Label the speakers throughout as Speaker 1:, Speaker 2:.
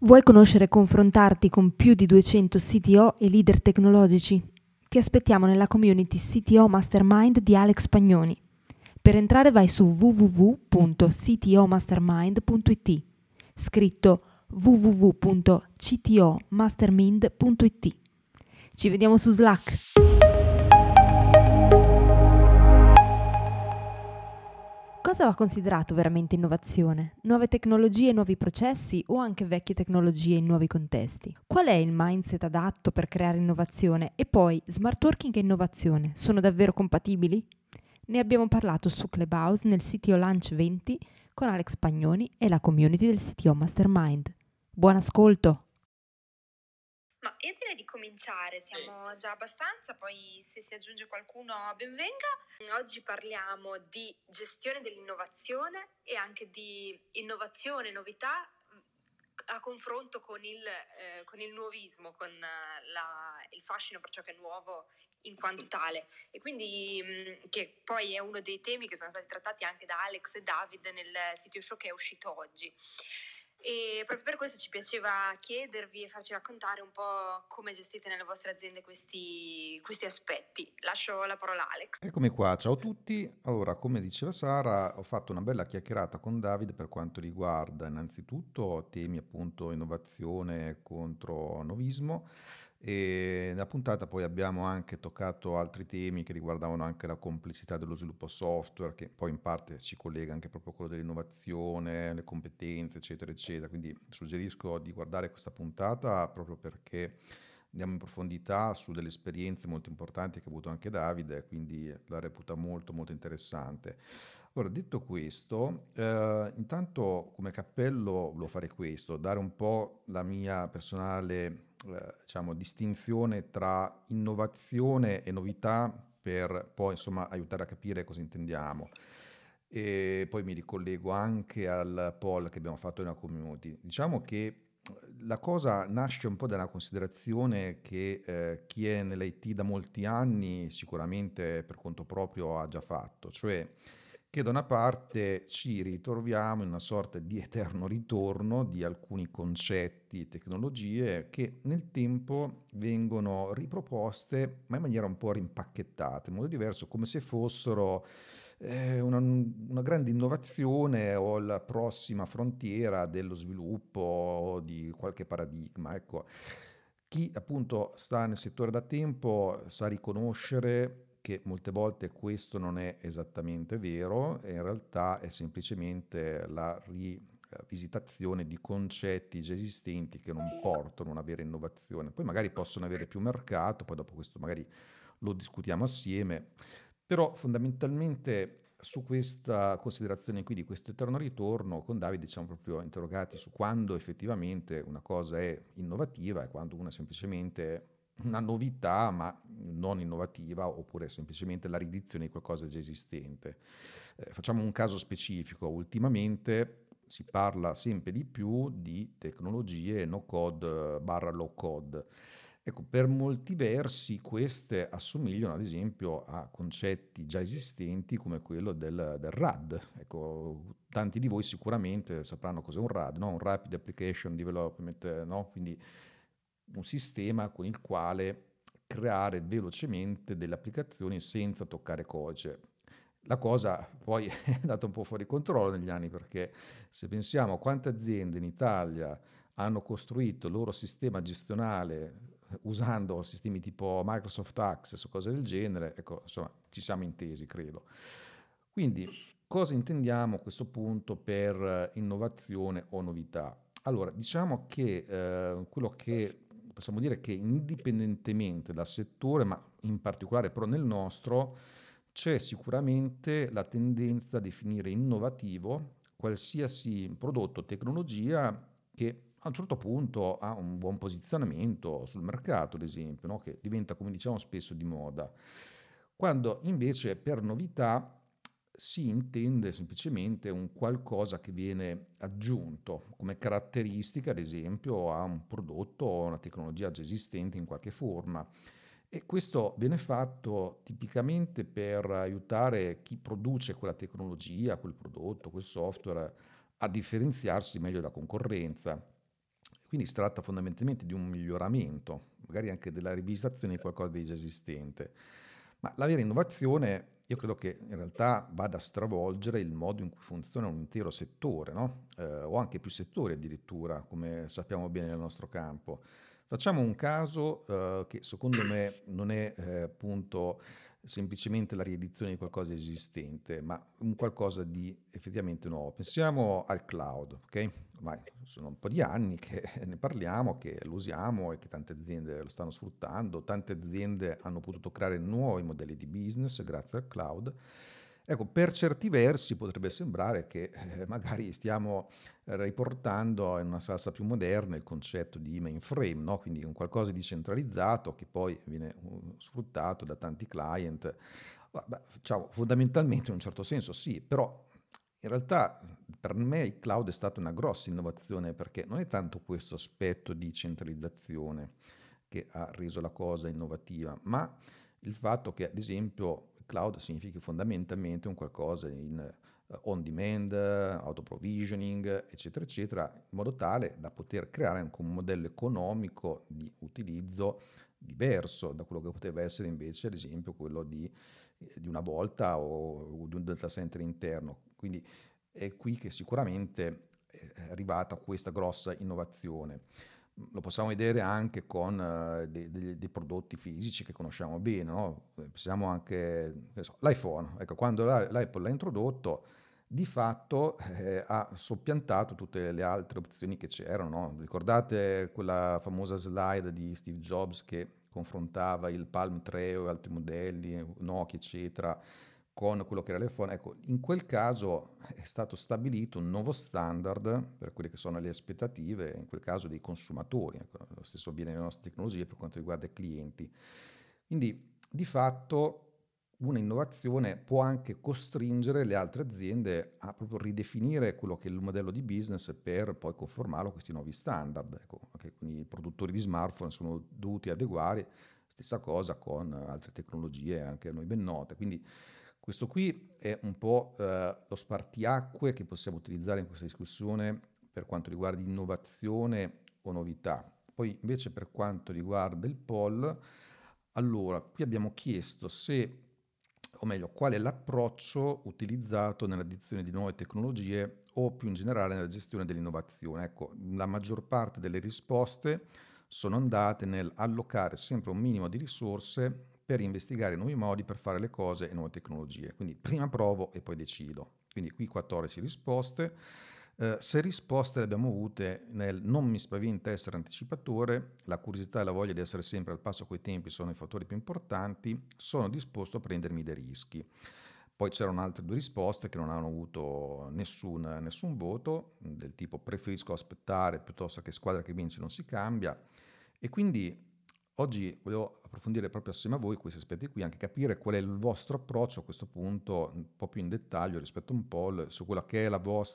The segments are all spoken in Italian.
Speaker 1: Vuoi conoscere e confrontarti con più di 200 CTO e leader tecnologici? Ti aspettiamo nella community CTO Mastermind di Alex Pagnoni. Per entrare vai su www.ctomastermind.it, scritto www.ctomastermind.it. Ci vediamo su Slack! Cosa va considerato veramente innovazione? Nuove tecnologie e nuovi processi o anche vecchie tecnologie in nuovi contesti? Qual è il mindset adatto per creare innovazione? E poi, smart working e innovazione sono davvero compatibili? Ne abbiamo parlato su Clubhouse nel CTO Lunch 20 con Alex Pagnoni e la community del CTO Mastermind. Buon ascolto!
Speaker 2: Ma io direi di cominciare, siamo già abbastanza, poi se si aggiunge qualcuno ben venga. Oggi parliamo di gestione dell'innovazione e anche di innovazione, novità a confronto con il nuovismo, con il fascino per ciò che è nuovo in quanto tale. E quindi che poi è uno dei temi che sono stati trattati anche da Alex e David nel sito show che è uscito oggi. E proprio per questo ci piaceva chiedervi e farci raccontare un po' come gestite nelle vostre aziende questi aspetti. Lascio la parola a Alex.
Speaker 3: Eccomi qua, ciao a tutti. Allora, come diceva Sara, ho fatto una bella chiacchierata con Davide per quanto riguarda innanzitutto temi appunto innovazione contro novismo e nella puntata poi abbiamo anche toccato altri temi che riguardavano anche la complessità dello sviluppo software, che poi in parte ci collega anche proprio a quello dell'innovazione, le competenze, eccetera, eccetera. Quindi suggerisco di guardare questa puntata proprio perché andiamo in profondità su delle esperienze molto importanti che ha avuto anche Davide, quindi la reputa molto molto interessante. Ora, detto questo, intanto come cappello volevo fare questo, dare un po' la mia personale, diciamo, distinzione tra innovazione e novità per poi insomma aiutare a capire cosa intendiamo. E poi mi ricollego anche al poll che abbiamo fatto nella community. Diciamo che la cosa nasce un po' da una considerazione che chi è nell'IT da molti anni sicuramente per conto proprio ha già fatto, cioè che da una parte ci ritroviamo in una sorta di eterno ritorno di alcuni concetti e tecnologie che nel tempo vengono riproposte ma in maniera un po' rimpacchettate, in modo diverso, come se fossero una grande innovazione o la prossima frontiera dello sviluppo di qualche paradigma. Ecco, chi appunto sta nel settore da tempo sa riconoscere che molte volte questo non è esattamente vero e in realtà è semplicemente la rivisitazione di concetti già esistenti che non portano a una vera innovazione. Poi magari possono avere più mercato, poi dopo questo magari lo discutiamo assieme, però fondamentalmente su questa considerazione qui di questo eterno ritorno con Davide ci siamo proprio interrogati su quando effettivamente una cosa è innovativa e quando una è semplicemente una novità ma non innovativa oppure semplicemente la riedizione di qualcosa già esistente. Facciamo un caso specifico, ultimamente si parla sempre di più di tecnologie no code barra low code. Ecco, per molti versi queste assomigliano ad esempio a concetti già esistenti come quello del RAD. Ecco, tanti di voi sicuramente sapranno cos'è un RAD, no? Un Rapid Application Development, no? Quindi un sistema con il quale creare velocemente delle applicazioni senza toccare codice. La cosa poi è andata un po' fuori controllo negli anni perché se pensiamo a quante aziende in Italia hanno costruito il loro sistema gestionale usando sistemi tipo Microsoft Access o cose del genere, ecco, insomma, ci siamo intesi, credo. Quindi, cosa intendiamo a questo punto per innovazione o novità? Allora, diciamo che quello che possiamo dire che indipendentemente dal settore, ma in particolare però nel nostro, c'è sicuramente la tendenza a definire innovativo qualsiasi prodotto o tecnologia che a un certo punto ha un buon posizionamento sul mercato, ad esempio, no? Che diventa, come diciamo spesso, di moda. Quando invece per novità si intende semplicemente un qualcosa che viene aggiunto come caratteristica, ad esempio, a un prodotto o una tecnologia già esistente in qualche forma. E questo viene fatto tipicamente per aiutare chi produce quella tecnologia, quel prodotto, quel software a differenziarsi meglio dalla concorrenza. Quindi si tratta fondamentalmente di un miglioramento, magari anche della rivisitazione di qualcosa di già esistente. Ma la vera innovazione, io credo che in realtà vada a stravolgere il modo in cui funziona un intero settore, no? O anche più settori addirittura, come sappiamo bene nel nostro campo. Facciamo un caso che secondo me non è appunto semplicemente la riedizione di qualcosa di esistente, ma un qualcosa di effettivamente nuovo. Pensiamo al cloud, ok? Ormai sono un po' di anni che ne parliamo, che lo usiamo e che tante aziende lo stanno sfruttando, tante aziende hanno potuto creare nuovi modelli di business grazie al cloud. Ecco, per certi versi potrebbe sembrare che magari stiamo riportando in una salsa più moderna il concetto di mainframe, no? Quindi un qualcosa di centralizzato che poi viene sfruttato da tanti client. Beh, diciamo, fondamentalmente in un certo senso sì, però in realtà per me il cloud è stata una grossa innovazione perché non è tanto questo aspetto di centralizzazione che ha reso la cosa innovativa, ma il fatto che ad esempio il cloud significhi fondamentalmente un qualcosa in on demand, auto provisioning, eccetera, eccetera, in modo tale da poter creare anche un modello economico di utilizzo diverso da quello che poteva essere invece, ad esempio, quello di una volta o di un data center interno. Quindi è qui che sicuramente è arrivata questa grossa innovazione. Lo possiamo vedere anche con dei prodotti fisici che conosciamo bene, no? Pensiamo anche, che so, l'iPhone, ecco, quando l'Apple l'ha introdotto, di fatto ha soppiantato tutte le altre opzioni che c'erano, no? Ricordate quella famosa slide di Steve Jobs che confrontava il Palm 3 o altri modelli, Nokia, eccetera, con quello che era l'iPhone? Ecco, in quel caso è stato stabilito un nuovo standard per quelle che sono le aspettative, in quel caso dei consumatori. Ecco, lo stesso avviene nelle nostre tecnologie per quanto riguarda i clienti. Quindi, di fatto, una innovazione può anche costringere le altre aziende a proprio ridefinire quello che è il modello di business per poi conformarlo a questi nuovi standard. Ecco, anche con i produttori di smartphone sono dovuti adeguare, stessa cosa con altre tecnologie anche a noi ben note. Quindi questo qui è un po' lo spartiacque che possiamo utilizzare in questa discussione per quanto riguarda innovazione o novità. Poi invece per quanto riguarda il poll, allora qui abbiamo chiesto se, o meglio, qual è l'approccio utilizzato nell'addizione di nuove tecnologie o più in generale nella gestione dell'innovazione. Ecco, la maggior parte delle risposte sono andate nel allocare sempre un minimo di risorse per investigare nuovi modi per fare le cose e nuove tecnologie. Quindi prima provo e poi decido. Quindi qui 14 risposte. 6 risposte le abbiamo avute nel non mi spaventa essere anticipatore, la curiosità e la voglia di essere sempre al passo coi tempi sono i fattori più importanti, sono disposto a prendermi dei rischi. Poi c'erano altre 2 risposte che non hanno avuto nessun voto, del tipo preferisco aspettare piuttosto che squadra che vince non si cambia. E quindi oggi volevo approfondire proprio assieme a voi questi aspetti qui, anche capire qual è il vostro approccio a questo punto, un po' più in dettaglio rispetto a un poll, su quella che è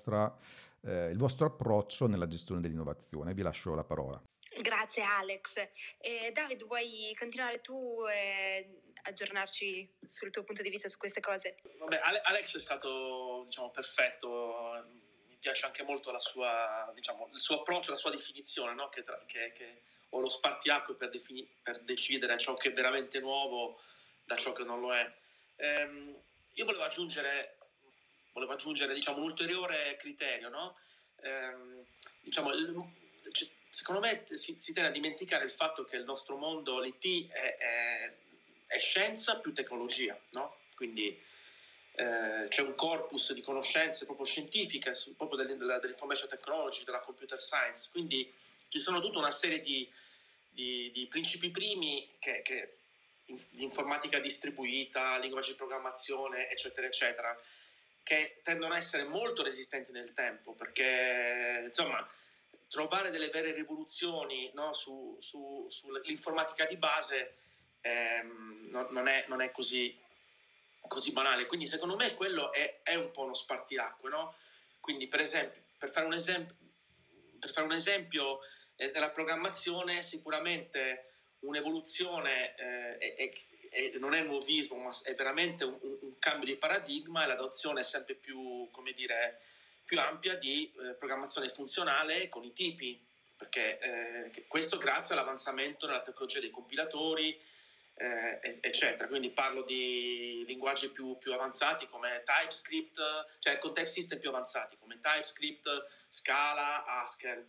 Speaker 3: il vostro approccio nella gestione dell'innovazione. Vi lascio la parola.
Speaker 2: Grazie Alex. David, vuoi continuare tu e aggiornarci sul tuo punto di vista su queste cose?
Speaker 4: Vabbè, Alex è stato, diciamo, perfetto. Mi piace anche molto la sua, diciamo, il suo approccio, la sua definizione, no? che ho lo spartiacque per decidere ciò che è veramente nuovo da ciò che non lo è. Io volevo aggiungere diciamo, un ulteriore criterio, no? Diciamo, secondo me si tende a dimenticare il fatto che il nostro mondo, l'IT, è scienza più tecnologia, no? Quindi c'è un corpus di conoscenze proprio scientifiche, proprio dell'information technology, della computer science, quindi ci sono tutta una serie di principi primi di informatica distribuita, linguaggi di programmazione, eccetera, eccetera, che tendono a essere molto resistenti nel tempo, perché insomma trovare delle vere rivoluzioni, no, sull'informatica di base non è così banale. Quindi secondo me quello è un po' uno spartiacque, no? Quindi per fare un esempio nella programmazione sicuramente un'evoluzione non è nuovismo, ma è veramente un cambio di paradigma, e l'adozione è sempre più, come dire, più ampia di programmazione funzionale con i tipi perché questo grazie all'avanzamento nella tecnologia dei compilatori, eccetera. Quindi parlo di linguaggi più avanzati come TypeScript, cioè context system più avanzati come TypeScript, Scala, Haskell.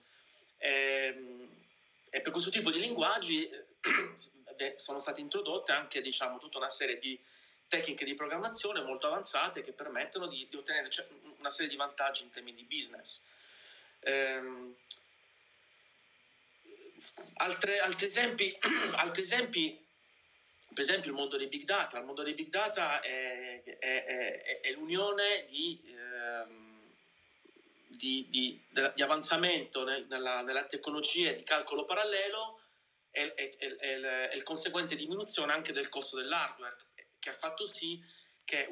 Speaker 4: E per questo tipo di linguaggi sono state introdotte anche, diciamo, tutta una serie di tecniche di programmazione molto avanzate che permettono di ottenere una serie di vantaggi in termini di business. Altri esempi, per esempio il mondo dei big data. Il mondo dei big data è l'unione di avanzamento nella tecnologia di calcolo parallelo e il conseguente diminuzione anche del costo dell'hardware, che ha fatto sì che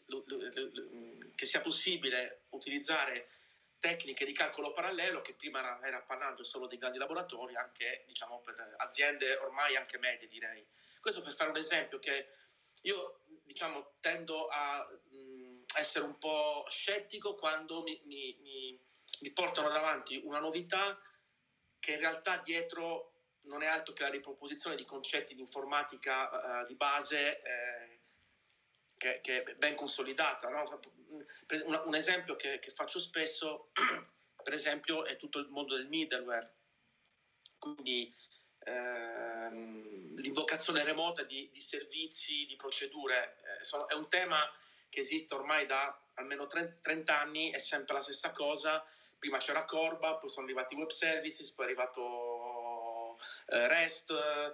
Speaker 4: sia possibile utilizzare tecniche di calcolo parallelo che prima era appannaggio solo dei grandi laboratori, anche, diciamo, per aziende ormai anche medie, direi. Questo per fare un esempio che io, diciamo, tendo a essere un po' scettico quando mi portano davanti una novità che in realtà dietro non è altro che la riproposizione di concetti di informatica di base che è ben consolidata, no? Un esempio che faccio spesso, per esempio, è tutto il mondo del middleware, quindi l'invocazione remota di servizi, di procedure. È un tema che esiste ormai da almeno 30 anni, è sempre la stessa cosa. Prima c'era Corba, poi sono arrivati web services, poi è arrivato REST,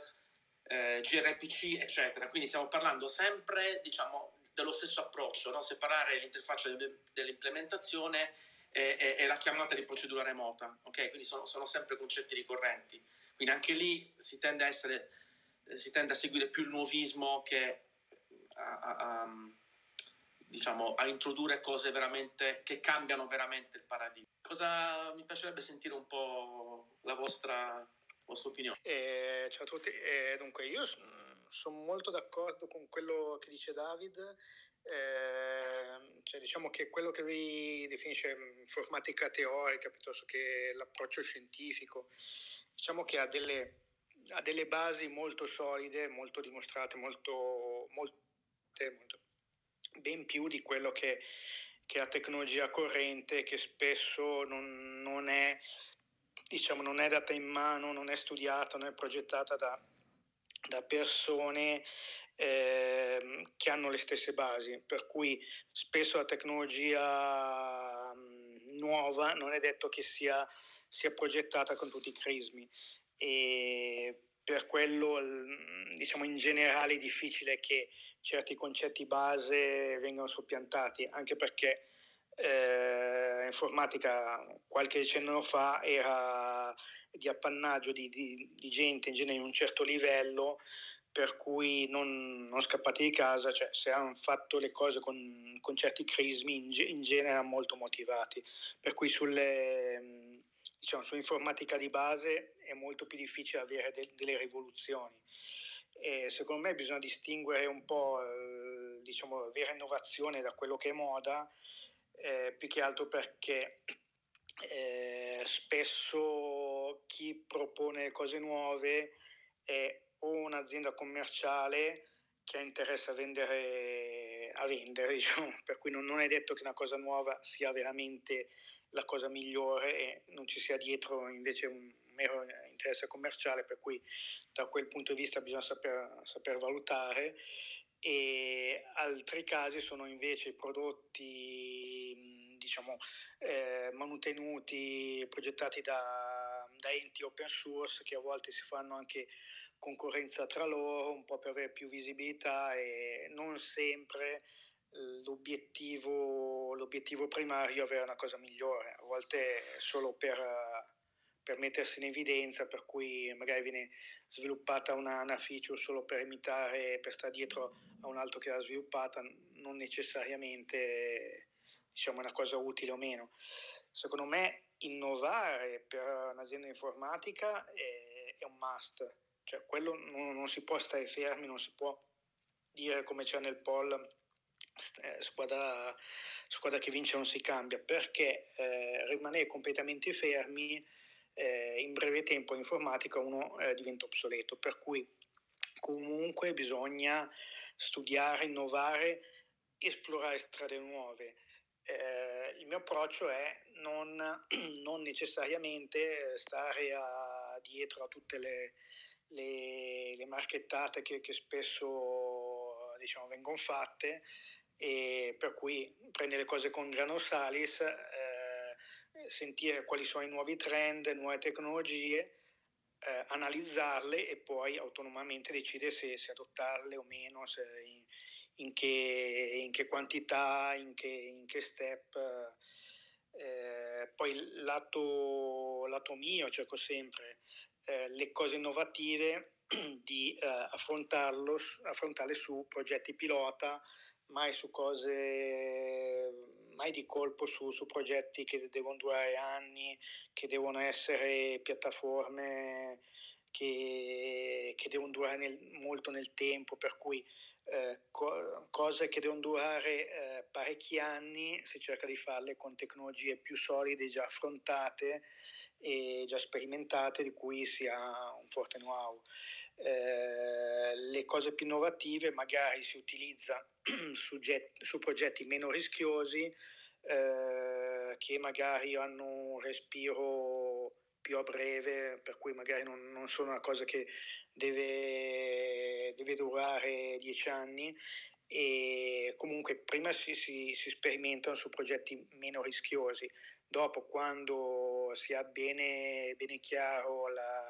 Speaker 4: gRPC, eccetera. Quindi stiamo parlando sempre, diciamo, dello stesso approccio, no? Separare l'interfaccia dell'implementazione e la chiamata di procedura remota, ok? Quindi sono sempre concetti ricorrenti. Quindi anche lì si tende a seguire più il nuovismo che diciamo, a introdurre cose veramente che cambiano veramente il paradigma. Mi piacerebbe sentire un po' la vostra opinione.
Speaker 5: Ciao a tutti. Dunque, io sono molto d'accordo con quello che dice David. Cioè, diciamo che quello che lui definisce informatica teorica piuttosto che l'approccio scientifico, diciamo che ha delle basi molto solide, molto dimostrate, molto ben più di quello che la tecnologia corrente, che spesso non è, diciamo, non è data in mano, non è studiata, non è progettata da persone che hanno le stesse basi, per cui spesso la tecnologia nuova non è detto che sia progettata con tutti i crismi, e per quello, diciamo, in generale è difficile che certi concetti base vengano soppiantati, anche perché informatica qualche decennio fa era di appannaggio di gente in genere in un certo livello, per cui non scappate di casa, cioè se hanno fatto le cose con certi crismi in genere molto motivati, per cui sull'informatica di base è molto più difficile avere delle rivoluzioni. E secondo me bisogna distinguere un po' diciamo, vera innovazione da quello che è moda, più che altro perché spesso chi propone cose nuove è o un'azienda commerciale che ha interesse a vendere, diciamo, per cui non è detto che una cosa nuova sia veramente la cosa migliore e non ci sia dietro invece un mero interesse commerciale, per cui da quel punto di vista bisogna saper valutare. E altri casi sono invece prodotti, diciamo, manutenuti, progettati da enti open source, che a volte si fanno anche concorrenza tra loro, un po' per avere più visibilità, e non sempre l'obiettivo primario è avere una cosa migliore, a volte è solo per mettersi in evidenza, per cui magari viene sviluppata una feature solo per imitare, per stare dietro a un altro che l'ha sviluppata, non necessariamente, diciamo, una cosa utile o meno. Secondo me innovare per un'azienda informatica è un must, cioè quello non si può stare fermi, non si può dire come c'è nel poll, squadra che vince non si cambia, perché rimanere completamente fermi in breve tempo l'informatica uno diventa obsoleto, per cui comunque bisogna studiare, innovare, esplorare strade nuove. Il mio approccio è non necessariamente stare dietro a tutte le marchettate che spesso diciamo vengono fatte, e per cui prendere le cose con grano salis, sentire quali sono i nuovi trend, nuove tecnologie, analizzarle e poi autonomamente decidere se adottarle o meno, in che quantità, in che step. Poi lato mio cerco sempre le cose innovative di affrontarle su progetti pilota, mai su cose, mai di colpo su progetti che devono durare anni, che devono essere piattaforme che devono durare molto nel tempo, per cui cose che devono durare parecchi anni si cerca di farle con tecnologie più solide, già affrontate e già sperimentate, di cui si ha un forte know-how. Le cose più innovative magari si utilizza su progetti meno rischiosi, che magari hanno un respiro più a breve, per cui magari non sono una cosa che deve durare 10 anni, e comunque prima si sperimentano su progetti meno rischiosi. Dopo, quando si ha bene chiaro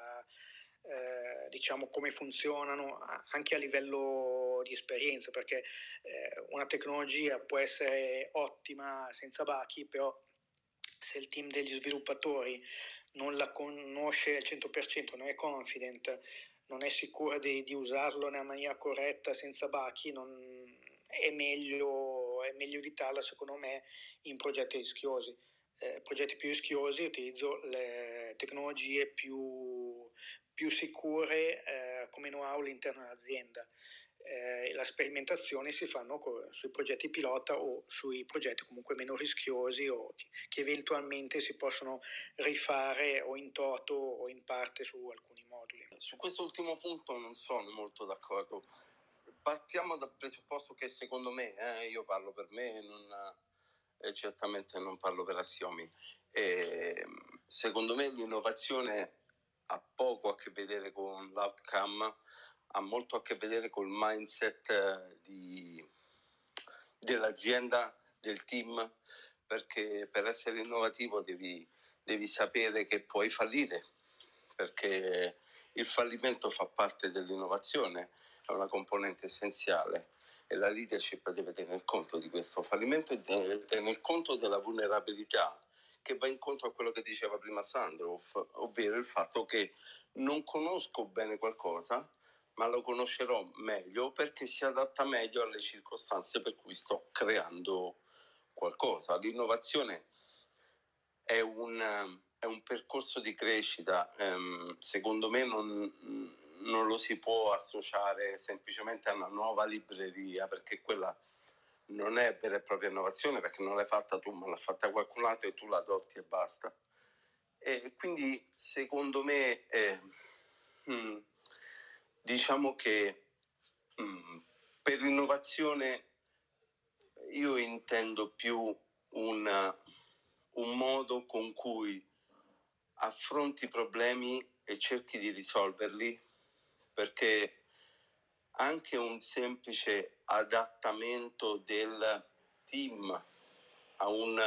Speaker 5: diciamo come funzionano anche a livello di esperienza, perché una tecnologia può essere ottima senza bachi, però se il team degli sviluppatori non la conosce al 100%, non è confident, non è sicura di usarlo nella maniera corretta senza bachi, è meglio evitarla, secondo me, in progetti rischiosi. Progetti più rischiosi utilizzo le tecnologie più sicure come know-how all'interno dell'azienda. La sperimentazione si fanno sui progetti pilota o sui progetti comunque meno rischiosi, o che eventualmente si possono rifare o in toto o in parte su alcuni moduli.
Speaker 6: Su questo ultimo punto non sono molto d'accordo. Partiamo dal presupposto che secondo me, io parlo per me, certamente non parlo per Assiomi, secondo me l'innovazione ha poco a che vedere con l'outcome, ha molto a che vedere col mindset dell'azienda, del team, perché per essere innovativo devi sapere che puoi fallire, perché il fallimento fa parte dell'innovazione, è una componente essenziale, e la leadership deve tener conto di questo fallimento e deve tener conto della vulnerabilità, che va incontro a quello che diceva prima Sandro, ovvero il fatto che non conosco bene qualcosa, ma lo conoscerò meglio perché si adatta meglio alle circostanze per cui sto creando qualcosa. L'innovazione è un percorso di crescita, secondo me non lo si può associare semplicemente a una nuova libreria, perché quella non è vera e propria innovazione, perché non l'hai fatta tu, ma l'ha fatta qualcun altro e tu la adotti e basta. E quindi secondo me diciamo che per l'innovazione io intendo più un modo con cui affronti i problemi e cerchi di risolverli, perché anche un semplice adattamento del team a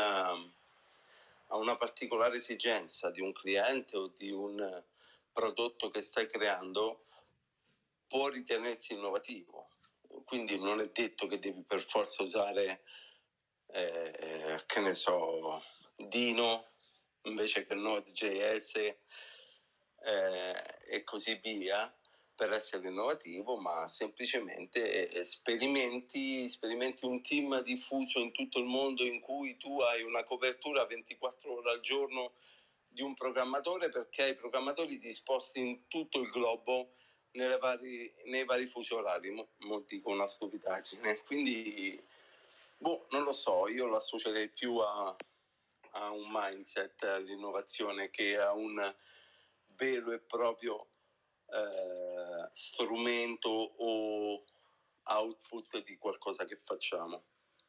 Speaker 6: una particolare esigenza di un cliente o di un prodotto che stai creando può ritenersi innovativo. Quindi non è detto che devi per forza usare che ne so, Dino invece che Node.js e così via per essere innovativo, ma semplicemente sperimenti un team diffuso in tutto il mondo, in cui tu hai una copertura 24 ore al giorno di un programmatore, perché hai programmatori disposti in tutto il globo nei vari fusi orari. Dico una stupidaggine, quindi non lo so, io lo associerei più a ha un mindset all'innovazione, che ha un vero e proprio strumento o output di qualcosa che facciamo.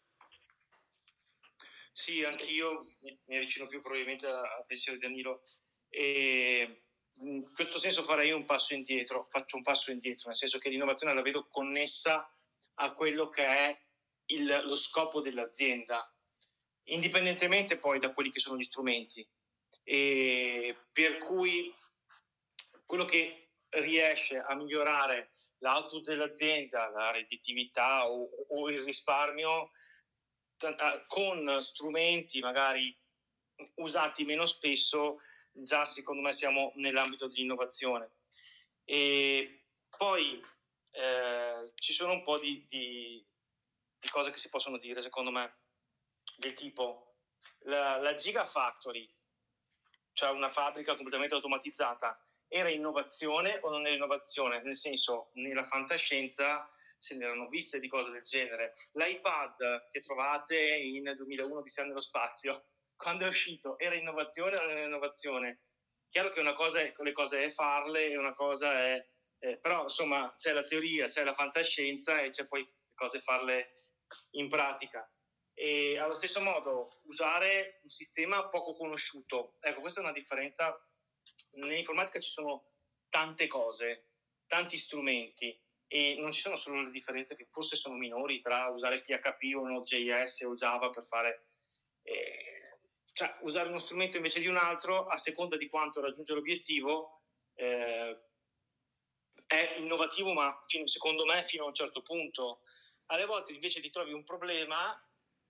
Speaker 7: Sì, anch'io mi avvicino più probabilmente al pensiero di Danilo, e in questo senso farei faccio un passo indietro, nel senso che l'innovazione la vedo connessa a quello che è lo scopo dell'azienda, indipendentemente poi da quelli che sono gli strumenti, e per cui quello che riesce a migliorare l'output dell'azienda, la redditività o il risparmio con strumenti magari usati meno spesso, già secondo me siamo nell'ambito dell'innovazione. E poi ci sono un po' di cose che si possono dire, secondo me, del tipo la Gigafactory, cioè una fabbrica completamente automatizzata, era innovazione o non era innovazione? Nel senso, nella fantascienza se ne erano viste di cose del genere. L'iPad che trovate in 2001 Odissea nello spazio, quando è uscito, era innovazione o non era innovazione? Chiaro che una cosa è, le cose è farle e una cosa è... però insomma c'è la teoria, c'è la fantascienza e c'è poi le cose farle in pratica. E allo stesso modo usare un sistema poco conosciuto, ecco, questa è una differenza. Nell'informatica ci sono tante cose, tanti strumenti, e non ci sono solo le differenze che forse sono minori tra usare PHP o Node.js o Java per fare cioè usare uno strumento invece di un altro a seconda di quanto raggiunge l'obiettivo è innovativo, ma secondo me fino a un certo punto. Alle volte invece ti trovi un problema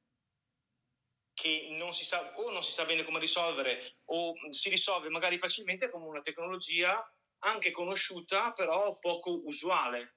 Speaker 7: che non si sa bene come risolvere, o si risolve magari facilmente con una tecnologia anche conosciuta però poco usuale.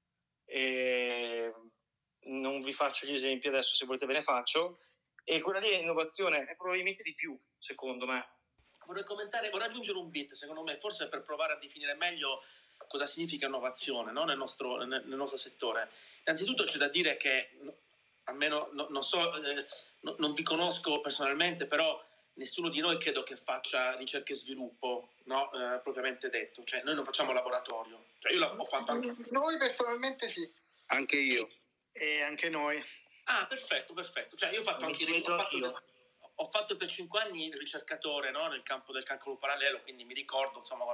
Speaker 7: Non vi faccio gli esempi adesso, se volete ve ne faccio, e quella lì è innovazione, è probabilmente di più, secondo me.
Speaker 4: Vorrei aggiungere un bit, secondo me, forse per provare a definire meglio cosa significa innovazione, no? nel nostro settore. Innanzitutto c'è da dire che, almeno non vi conosco personalmente, però nessuno di noi credo che faccia ricerca e sviluppo, no? Propriamente detto, cioè noi non facciamo laboratorio. Cioè, io l'ho fatto anche...
Speaker 5: Noi personalmente sì.
Speaker 6: Anche io.
Speaker 5: E anche noi.
Speaker 4: Ah, perfetto. Cioè, io ho fatto ho fatto per 5 anni il ricercatore, no? Nel campo del calcolo parallelo, quindi mi ricordo, insomma,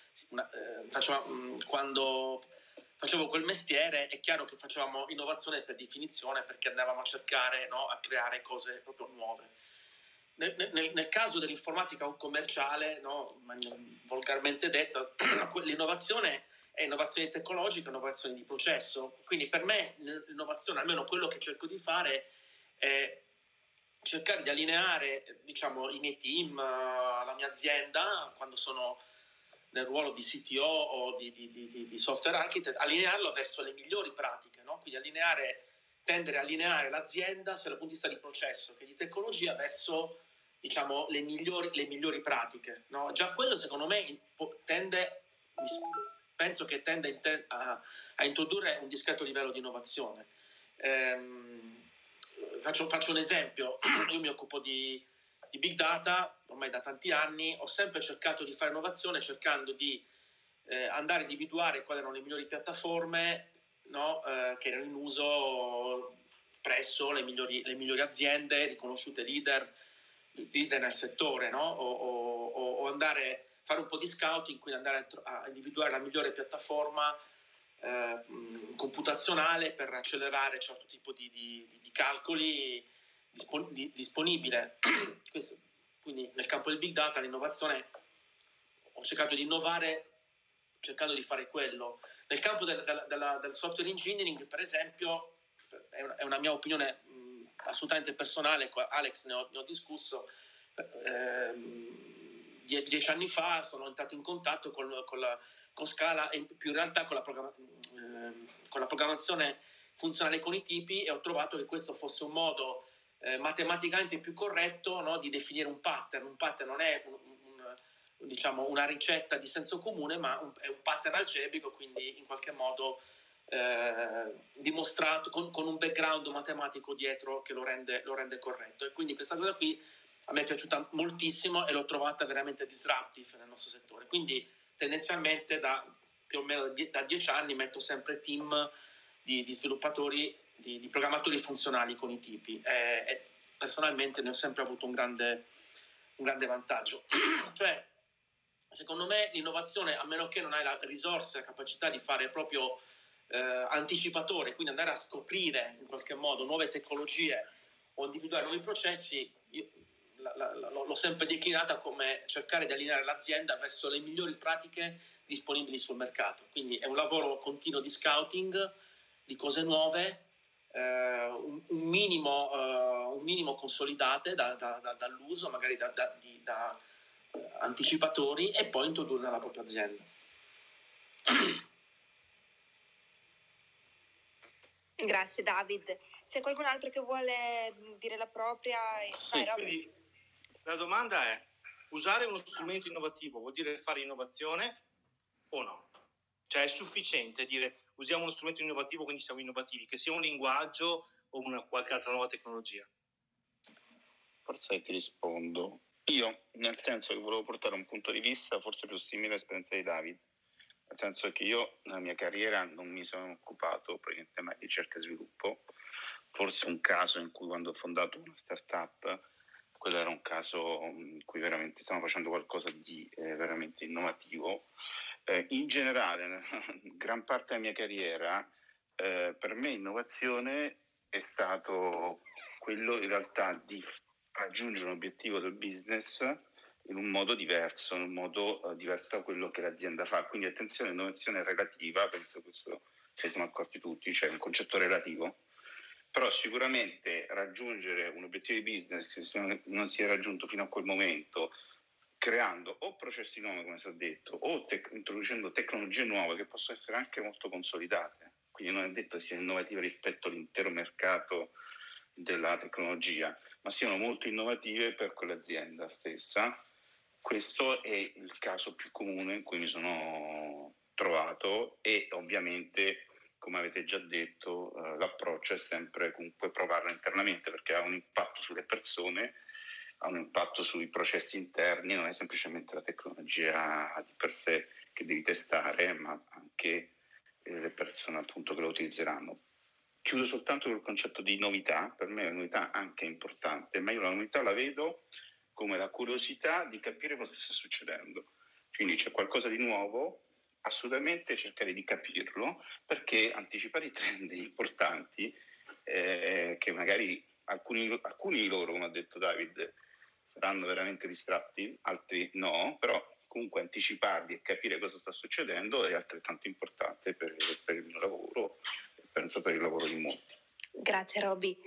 Speaker 4: quando facevo quel mestiere, è chiaro che facevamo innovazione per definizione, perché andavamo a cercare, no? A creare cose proprio nuove. Nel caso dell'informatica commerciale, no? Volgarmente detto, l'innovazione è innovazione tecnologica, innovazione di processo. Quindi per me l'innovazione, almeno quello che cerco di fare, è cercare di allineare, diciamo, i miei team, la mia azienda, quando sono nel ruolo di CTO o di software architect, allinearlo verso le migliori pratiche, no? Quindi tendere a allineare l'azienda sia dal punto di vista di processo che di tecnologia verso, diciamo, le migliori pratiche, no? Già quello secondo me penso che tende a introdurre un discreto livello di innovazione. Faccio un esempio. Io mi occupo di big data ormai da tanti anni, ho sempre cercato di fare innovazione cercando di andare a individuare quali erano le migliori piattaforme, no? Che erano in uso presso le migliori aziende riconosciute leader nel settore, no? o andare a fare un po' di scouting, quindi andare a individuare la migliore piattaforma computazionale per accelerare certo tipo di calcoli disponibile. Questo, quindi nel campo del big data, l'innovazione, ho cercato di innovare cercando di fare quello. Nel campo del software engineering, per esempio, è una mia opinione assolutamente personale, Alex ne ho discusso, 10 anni fa sono entrato in contatto con Scala, e più in realtà con la programmazione funzionale con i tipi, e ho trovato che questo fosse un modo matematicamente più corretto, no, di definire un pattern. Un pattern non è diciamo una ricetta di senso comune, ma è un pattern algebrico, quindi in qualche modo dimostrato con un background matematico dietro che lo rende corretto. E quindi questa cosa qui a me è piaciuta moltissimo e l'ho trovata veramente disruptive nel nostro settore. Quindi tendenzialmente da più o meno da 10 anni metto sempre team di sviluppatori, di programmatori funzionali con i tipi, e personalmente ne ho sempre avuto un grande vantaggio. Cioè, secondo me l'innovazione, a meno che non hai la risorsa e la capacità di fare proprio anticipatore, quindi andare a scoprire in qualche modo nuove tecnologie o individuare nuovi processi, io l'ho sempre declinata come cercare di allineare l'azienda verso le migliori pratiche disponibili sul mercato. Quindi è un lavoro continuo di scouting, di cose nuove, un minimo consolidate dall'uso, magari da anticipatori, e poi introdurre nella propria azienda.
Speaker 2: Grazie David. C'è qualcun altro che vuole dire la propria?
Speaker 7: Sì, quindi la domanda è: usare uno strumento innovativo vuol dire fare innovazione o no? Cioè è sufficiente dire usiamo uno strumento innovativo quindi siamo innovativi, che sia un linguaggio o qualche altra nuova tecnologia?
Speaker 8: Forse ti rispondo io, nel senso che volevo portare un punto di vista forse più simile all'esperienza di David, nel senso che io nella mia carriera non mi sono occupato praticamente mai di ricerca e sviluppo. Forse un caso in cui, quando ho fondato una startup, quello era un caso in cui veramente stavamo facendo qualcosa di veramente innovativo. In generale, gran parte della mia carriera, per me innovazione è stato quello in realtà di raggiungere un obiettivo del business in un modo diverso da quello che l'azienda fa. Quindi attenzione, innovazione relativa, penso questo ci siamo accorti tutti, cioè un concetto relativo. Però sicuramente raggiungere un obiettivo di business che non si è raggiunto fino a quel momento, creando o processi nuovi, come si è detto, o introducendo tecnologie nuove che possono essere anche molto consolidate. Quindi non è detto che siano innovative rispetto all'intero mercato della tecnologia, ma siano molto innovative per quell'azienda stessa. Questo è il caso più comune in cui mi sono trovato, e ovviamente, come avete già detto, l'approccio è sempre comunque provarlo internamente, perché ha un impatto sulle persone, ha un impatto sui processi interni, non è semplicemente la tecnologia di per sé che devi testare, ma anche le persone appunto che lo utilizzeranno. Chiudo soltanto col concetto di novità. Per me la novità anche è importante, ma io la novità la vedo come la curiosità di capire cosa sta succedendo. Quindi c'è qualcosa di nuovo, assolutamente cercare di capirlo, perché anticipare i trend importanti, che magari alcuni di loro, come ha detto David, saranno veramente distratti, altri no, però comunque anticiparli e capire cosa sta succedendo è altrettanto importante per il mio lavoro e penso per il lavoro di molti.
Speaker 2: Grazie Roby.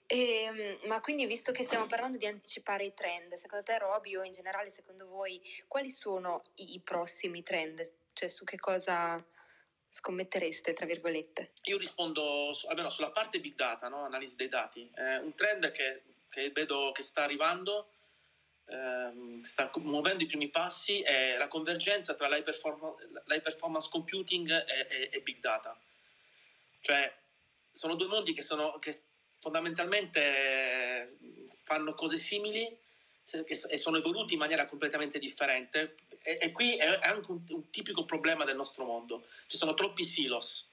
Speaker 2: Ma quindi, visto che stiamo parlando di anticipare i trend, secondo te, Roby, o in generale secondo voi, quali sono i prossimi trend? Cioè, su che cosa scommettereste, tra virgolette?
Speaker 4: Io rispondo almeno sulla parte big data, no? Analisi dei dati. Un trend che vedo che sta arrivando, sta muovendo i primi passi, è la convergenza tra l'high performance computing e big data. Cioè, sono due mondi che fondamentalmente fanno cose simili e sono evoluti in maniera completamente differente, e qui è anche un tipico problema del nostro mondo. Ci sono troppi silos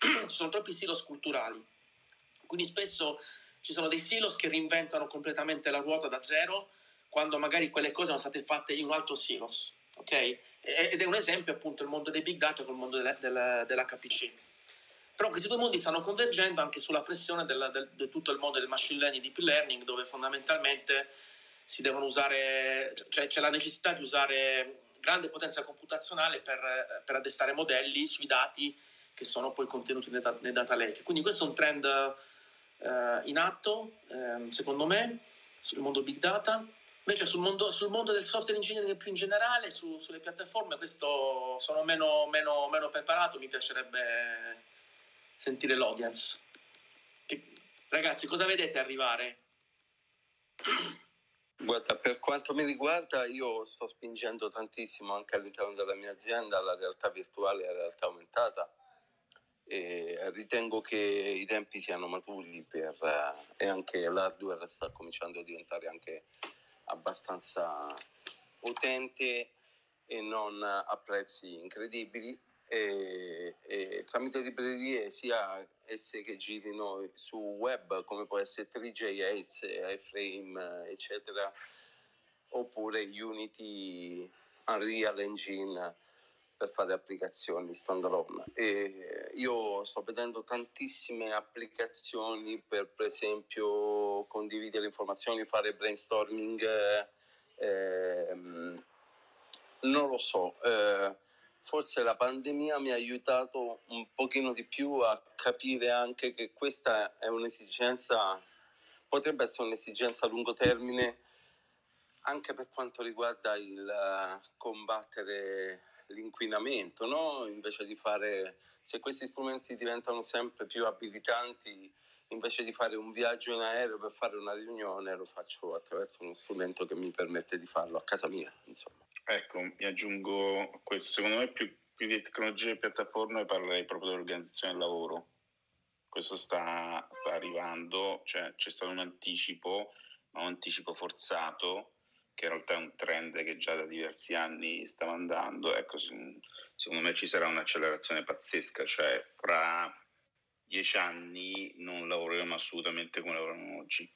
Speaker 4: culturali, quindi spesso ci sono dei silos che reinventano completamente la ruota da zero, quando magari quelle cose sono state fatte in un altro silos, ok? Ed è un esempio appunto il mondo dei big data con il mondo dell'HPC. Però questi due mondi stanno convergendo anche sulla pressione di tutto il mondo del machine learning e deep learning, dove fondamentalmente si devono usare, cioè c'è la necessità di usare grande potenza computazionale per addestrare modelli sui dati che sono poi contenuti nei data lake. Quindi questo è un trend in atto, secondo me, sul mondo big data. Invece sul mondo del software engineering più in generale, sulle piattaforme, questo sono meno preparato, mi piacerebbe sentire l'audience. Ragazzi, cosa vedete arrivare?
Speaker 6: Guarda, per quanto mi riguarda, io sto spingendo tantissimo anche all'interno della mia azienda la realtà virtuale e la realtà aumentata, e ritengo che i tempi siano maturi e anche l'hardware sta cominciando a diventare abbastanza potente e non a prezzi incredibili, e tramite librerie sia esse che girino su web come può essere 3JS, iFrame eccetera, oppure Unity, Unreal Engine per fare applicazioni standalone. E io sto vedendo tantissime applicazioni per esempio condividere informazioni, fare brainstorming, non lo so, forse la pandemia mi ha aiutato un pochino di più a capire anche che questa è un'esigenza, potrebbe essere un'esigenza a lungo termine anche per quanto riguarda il combattere l'inquinamento, no? Invece di fare, se questi strumenti diventano sempre più abilitanti, invece di fare un viaggio in aereo per fare una riunione, lo faccio attraverso uno strumento che mi permette di farlo a casa mia, insomma.
Speaker 8: Ecco, mi aggiungo a questo. Secondo me più di tecnologie e piattaforme parlerei proprio dell'organizzazione del lavoro. Questo sta arrivando, cioè c'è stato un anticipo, ma un anticipo forzato, che in realtà è un trend che già da diversi anni stava andando. Ecco, secondo me ci sarà un'accelerazione pazzesca, cioè fra 10 anni non lavoreremo assolutamente come lavoriamo oggi.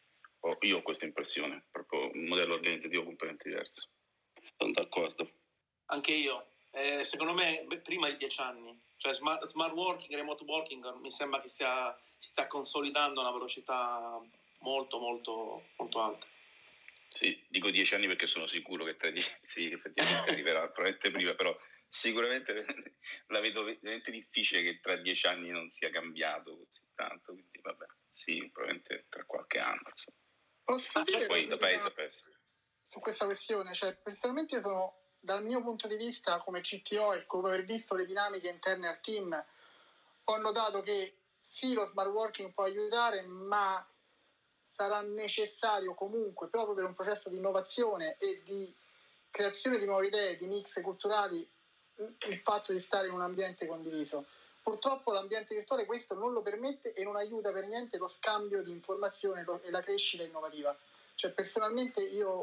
Speaker 8: Io ho questa impressione, proprio un modello organizzativo completamente diverso.
Speaker 6: Sono d'accordo.
Speaker 4: Anche io. Secondo me prima di 10 anni, cioè smart working, remote working, mi sembra che si sta consolidando a una velocità molto molto molto alta.
Speaker 8: Sì, dico 10 anni perché sono sicuro che tra 10 sì, effettivamente arriverà probabilmente prima, però sicuramente la vedo veramente difficile che tra 10 anni non sia cambiato così tanto, quindi vabbè, sì, probabilmente tra qualche anno, insomma.
Speaker 5: Posso dire
Speaker 8: poi da paese a paese.
Speaker 5: Su questa questione, cioè personalmente io sono, dal mio punto di vista come CTO e come aver visto le dinamiche interne al team, ho notato che sì, lo smart working può aiutare, ma sarà necessario comunque, proprio per un processo di innovazione e di creazione di nuove idee, di mix culturali, il fatto di stare in un ambiente condiviso. Purtroppo l'ambiente virtuale questo non lo permette e non aiuta per niente lo scambio di informazione e la crescita innovativa. Cioè personalmente io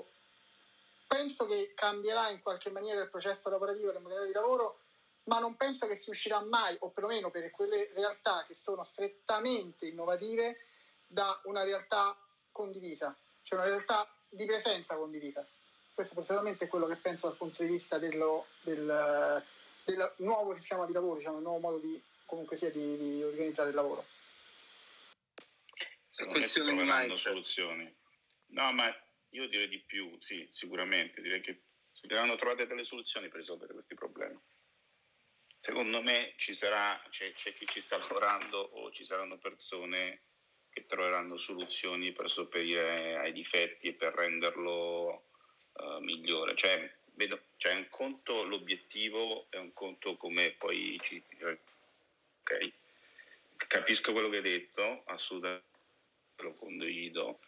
Speaker 5: penso che cambierà in qualche maniera il processo lavorativo e le modalità di lavoro, ma non penso che si uscirà mai, o perlomeno per quelle realtà che sono strettamente innovative, da una realtà condivisa, cioè una realtà di presenza condivisa. Questo personalmente è quello che penso dal punto di vista del nuovo sistema di lavoro, diciamo, il nuovo modo di comunque sia di organizzare il lavoro.
Speaker 8: Secondo me si troveranno soluzioni. No, ma io direi di più, sì, sicuramente. Direi che si verranno trovate delle soluzioni per risolvere questi problemi. Secondo me c'è chi ci sta lavorando o ci saranno persone che troveranno soluzioni per sopperire ai difetti e per renderlo migliore. Cioè, vedo, c'è un conto l'obiettivo e un conto come poi ok, capisco quello che hai detto, assolutamente lo condivido,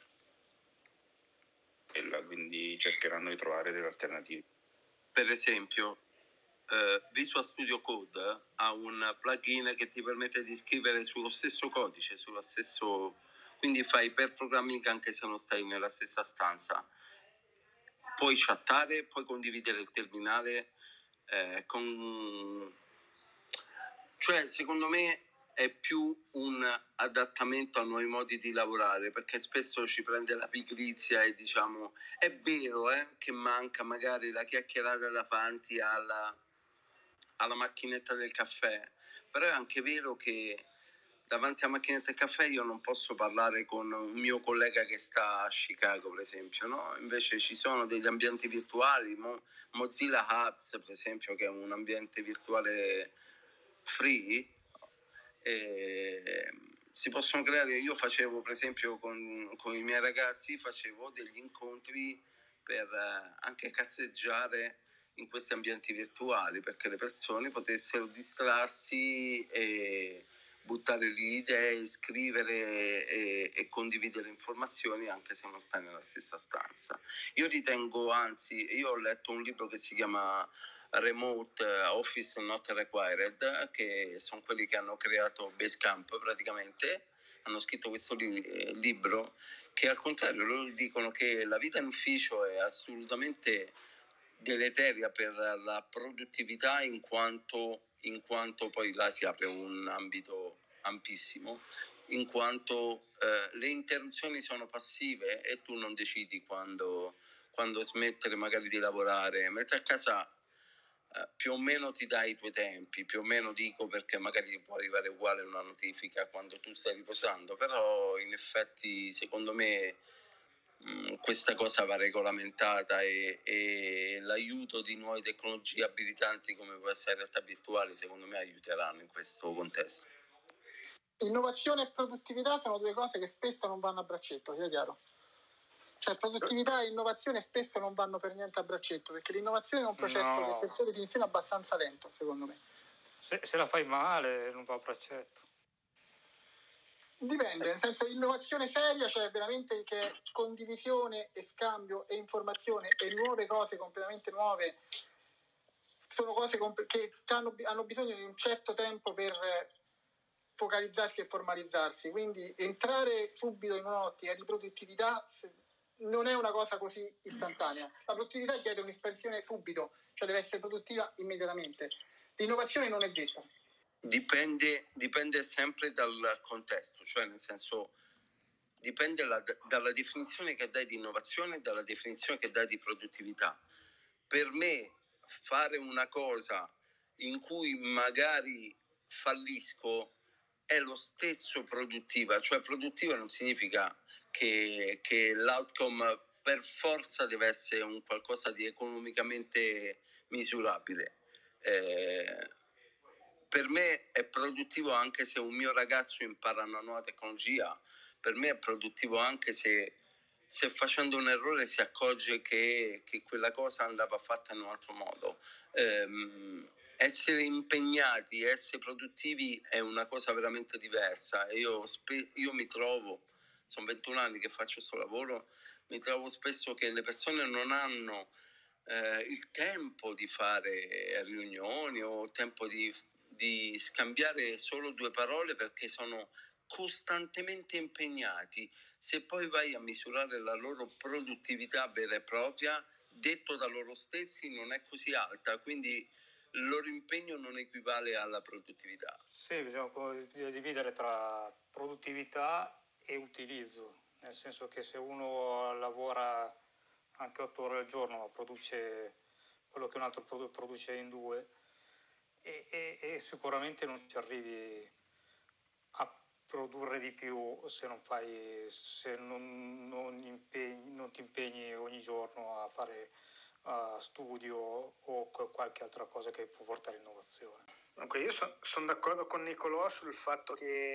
Speaker 8: quindi cercheranno di trovare delle alternative.
Speaker 6: Per esempio Visual Studio Code ha un plugin che ti permette di scrivere sullo stesso codice, quindi fai per programming anche se non stai nella stessa stanza. Puoi chattare, puoi condividere il terminale cioè secondo me è più un adattamento a nuovi modi di lavorare, perché spesso ci prende la pigrizia e diciamo è vero che manca magari la chiacchierata davanti alla macchinetta del caffè, però è anche vero che davanti alla macchinetta del caffè io non posso parlare con un mio collega che sta a Chicago, per esempio, no? Invece ci sono degli ambienti virtuali, Mozilla Hubs, per esempio, che è un ambiente virtuale free, si possono creare. Io facevo, per esempio, con i miei ragazzi, facevo degli incontri per anche cazzeggiare in questi ambienti virtuali, perché le persone potessero distrarsi e buttare lì idee, scrivere e condividere informazioni anche se non stai nella stessa stanza. Io ritengo, anzi, io ho letto un libro che si chiama Remote Office Not Required, che sono quelli che hanno creato Basecamp praticamente, hanno scritto questo libro, che al contrario loro dicono che la vita in ufficio è assolutamente deleteria per la produttività, in quanto poi là si apre un ambito ampissimo, in quanto le interruzioni sono passive e tu non decidi quando smettere magari di lavorare, mentre a casa più o meno ti dai i tuoi tempi, più o meno dico, perché magari ti può arrivare uguale una notifica quando tu stai riposando, però in effetti secondo me questa cosa va regolamentata e l'aiuto di nuove tecnologie abilitanti come può essere la realtà virtuale secondo me aiuteranno in questo contesto.
Speaker 5: Innovazione e produttività sono due cose che spesso non vanno a braccetto, sia chiaro. Cioè produttività e innovazione spesso non vanno per niente a braccetto, perché l'innovazione è un processo che per sua definizione è abbastanza lento, secondo me.
Speaker 9: Se la fai male non va a braccetto.
Speaker 5: Dipende, nel senso innovazione seria, cioè veramente che è condivisione e scambio e informazione e nuove cose completamente nuove, sono cose che hanno bisogno di un certo tempo per focalizzarsi e formalizzarsi, quindi entrare subito in un'ottica di produttività non è una cosa così istantanea. La produttività chiede un'espansione subito, cioè deve essere produttiva immediatamente. L'innovazione non è detta.
Speaker 6: Dipende sempre dal contesto, cioè nel senso dipende dalla definizione che dai di innovazione e dalla definizione che dai di produttività. Per me fare una cosa in cui magari fallisco è lo stesso produttiva, cioè produttiva non significa che l'outcome per forza deve essere un qualcosa di economicamente misurabile. Per me è produttivo anche se un mio ragazzo impara una nuova tecnologia, per me è produttivo anche se facendo un errore si accorge che quella cosa andava fatta in un altro modo. Essere impegnati, essere produttivi è una cosa veramente diversa. Io mi trovo, sono 21 anni che faccio questo lavoro, mi trovo spesso che le persone non hanno il tempo di fare riunioni o tempo di scambiare solo due parole perché sono costantemente impegnati. Se poi vai a misurare la loro produttività vera e propria, detto da loro stessi, non è così alta, quindi il loro impegno non equivale alla produttività.
Speaker 9: Sì, bisogna dividere tra produttività e utilizzo, nel senso che se uno lavora anche 8 ore al giorno ma produce quello che un altro produce in 2 e sicuramente non ci arrivi a produrre di più se non ti impegni ogni giorno a fare studio o qualche altra cosa che può portare innovazione.
Speaker 5: Dunque, io sono d'accordo con Nicolò sul fatto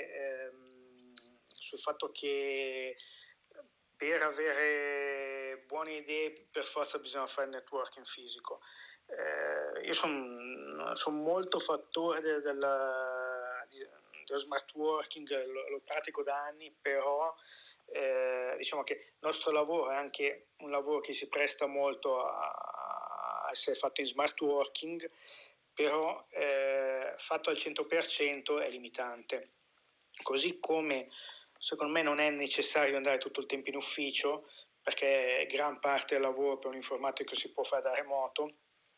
Speaker 5: che per avere buone idee per forza bisogna fare networking fisico. Io sono molto fattore dello smart working, lo pratico da anni, però diciamo che il nostro lavoro è anche un lavoro che si presta molto a essere fatto in smart working, però fatto al 100% è limitante. Così come secondo me non è necessario andare tutto il tempo in ufficio, perché gran parte del lavoro per un informatico si può fare da remoto.